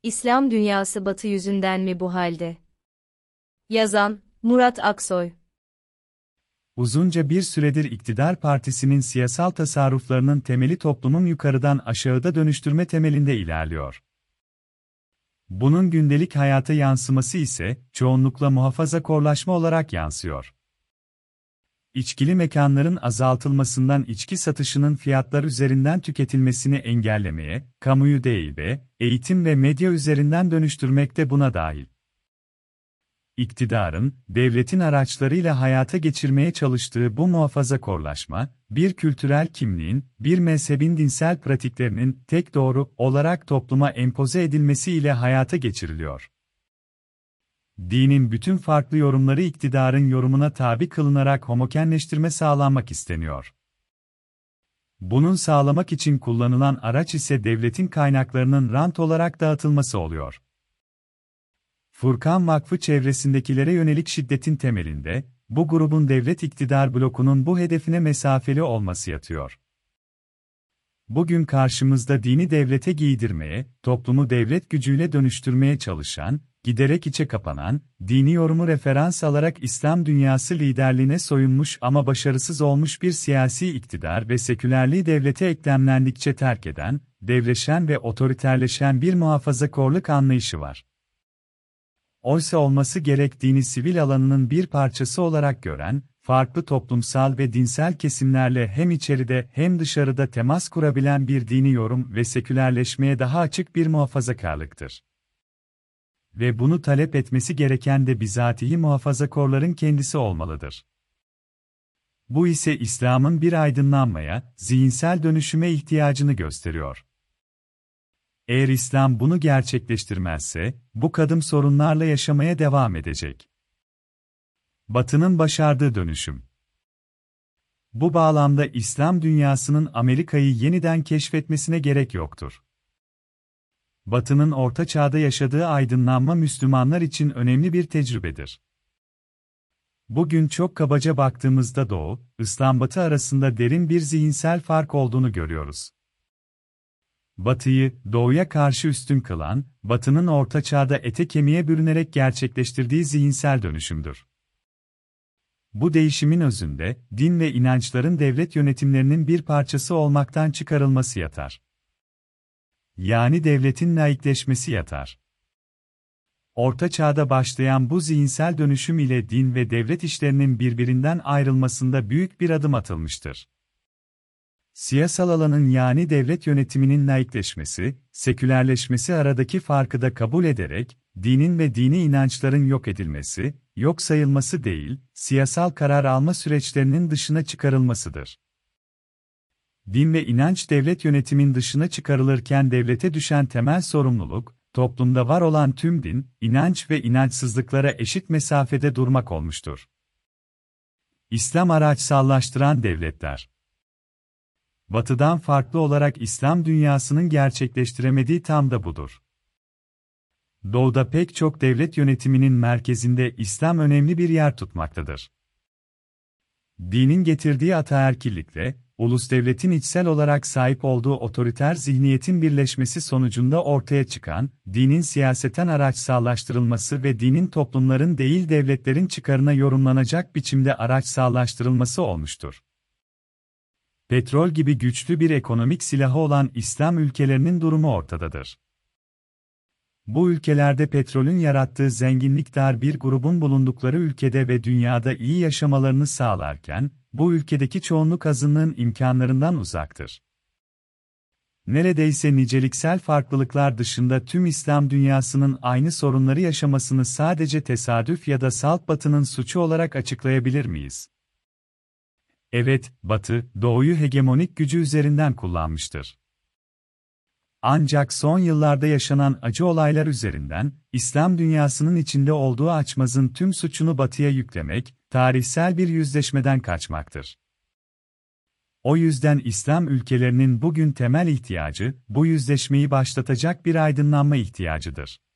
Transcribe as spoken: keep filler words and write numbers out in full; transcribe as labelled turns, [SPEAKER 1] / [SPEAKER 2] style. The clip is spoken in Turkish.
[SPEAKER 1] İslam dünyası Batı yüzünden mi bu halde? Yazan, Murat Aksoy.
[SPEAKER 2] Uzunca bir süredir iktidar partisinin siyasal tasarruflarının temeli toplumun yukarıdan aşağıda dönüştürme temelinde ilerliyor. Bunun gündelik hayata yansıması ise, çoğunlukla muhafazakorlaşma olarak yansıyor. İçkili mekanların azaltılmasından içki satışının fiyatlar üzerinden tüketilmesini engellemeye, kamuyu değil de, eğitim ve medya üzerinden dönüştürmek de buna dahil. İktidarın, devletin araçlarıyla hayata geçirmeye çalıştığı bu muhafazakorlaşma, bir kültürel kimliğin, bir mezhebin dinsel pratiklerinin tek doğru olarak topluma empoze edilmesi ile hayata geçiriliyor. Dinin bütün farklı yorumları iktidarın yorumuna tabi kılınarak homokenleştirme sağlanmak isteniyor. Bunun sağlamak için kullanılan araç ise devletin kaynaklarının rant olarak dağıtılması oluyor. Furkan Vakfı çevresindekilere yönelik şiddetin temelinde, bu grubun devlet iktidar blokunun bu hedefine mesafeli olması yatıyor. Bugün karşımızda dini devlete giydirmeye, toplumu devlet gücüyle dönüştürmeye çalışan, giderek içe kapanan, dini yorumu referans alarak İslam dünyası liderliğine soyunmuş ama başarısız olmuş bir siyasi iktidar ve sekülerliği devlete eklemlendikçe terk eden, devleşen ve otoriterleşen bir muhafazakorluk anlayışı var. Oysa olması gerektiğini sivil alanının bir parçası olarak gören, farklı toplumsal ve dinsel kesimlerle hem içeride hem dışarıda temas kurabilen bir dini yorum ve sekülerleşmeye daha açık bir muhafazakarlıktır. Ve bunu talep etmesi gereken de bizatihi muhafazakorların kendisi olmalıdır. Bu ise İslam'ın bir aydınlanmaya, zihinsel dönüşüme ihtiyacını gösteriyor. Eğer İslam bunu gerçekleştirmezse, bu kadın sorunlarla yaşamaya devam edecek. Batı'nın başardığı dönüşüm. Bu bağlamda İslam dünyasının Amerika'yı yeniden keşfetmesine gerek yoktur. Batı'nın Orta Çağ'da yaşadığı aydınlanma Müslümanlar için önemli bir tecrübedir. Bugün çok kabaca baktığımızda Doğu, İslam-Batı arasında derin bir zihinsel fark olduğunu görüyoruz. Batı'yı, Doğu'ya karşı üstün kılan, Batı'nın Orta Çağ'da ete kemiğe bürünerek gerçekleştirdiği zihinsel dönüşümdür. Bu değişimin özünde, din ve inançların devlet yönetimlerinin bir parçası olmaktan çıkarılması yatar. Yani devletin laikleşmesi yatar. Orta Çağ'da başlayan bu zihinsel dönüşüm ile din ve devlet işlerinin birbirinden ayrılmasında büyük bir adım atılmıştır. Siyasal alanın yani devlet yönetiminin laikleşmesi, sekülerleşmesi aradaki farkı da kabul ederek, dinin ve dini inançların yok edilmesi, yok sayılması değil, siyasal karar alma süreçlerinin dışına çıkarılmasıdır. Din ve inanç devlet yönetimin dışına çıkarılırken devlete düşen temel sorumluluk, toplumda var olan tüm din, inanç ve inançsızlıklara eşit mesafede durmak olmuştur. İslam araçsallaştıran devletler. Batı'dan farklı olarak İslam dünyasının gerçekleştiremediği tam da budur. Doğu'da pek çok devlet yönetiminin merkezinde İslam önemli bir yer tutmaktadır. Dinin getirdiği ataerkillikle, ulus devletin içsel olarak sahip olduğu otoriter zihniyetin birleşmesi sonucunda ortaya çıkan, dinin siyaseten araçsallaştırılması ve dinin toplumların değil devletlerin çıkarına yorumlanacak biçimde araçsallaştırılması olmuştur. Petrol gibi güçlü bir ekonomik silahı olan İslam ülkelerinin durumu ortadadır. Bu ülkelerde petrolün yarattığı zenginlik dar bir grubun bulundukları ülkede ve dünyada iyi yaşamalarını sağlarken, bu ülkedeki çoğunluk azınlığın imkanlarından uzaktır. Neredeyse niceliksel farklılıklar dışında tüm İslam dünyasının aynı sorunları yaşamasını sadece tesadüf ya da salt Batı'nın suçu olarak açıklayabilir miyiz? Evet, Batı, Doğu'yu hegemonik gücü üzerinden kullanmıştır. Ancak son yıllarda yaşanan acı olaylar üzerinden, İslam dünyasının içinde olduğu açmazın tüm suçunu Batı'ya yüklemek, tarihsel bir yüzleşmeden kaçmaktır. O yüzden İslam ülkelerinin bugün temel ihtiyacı, bu yüzleşmeyi başlatacak bir aydınlanma ihtiyacıdır.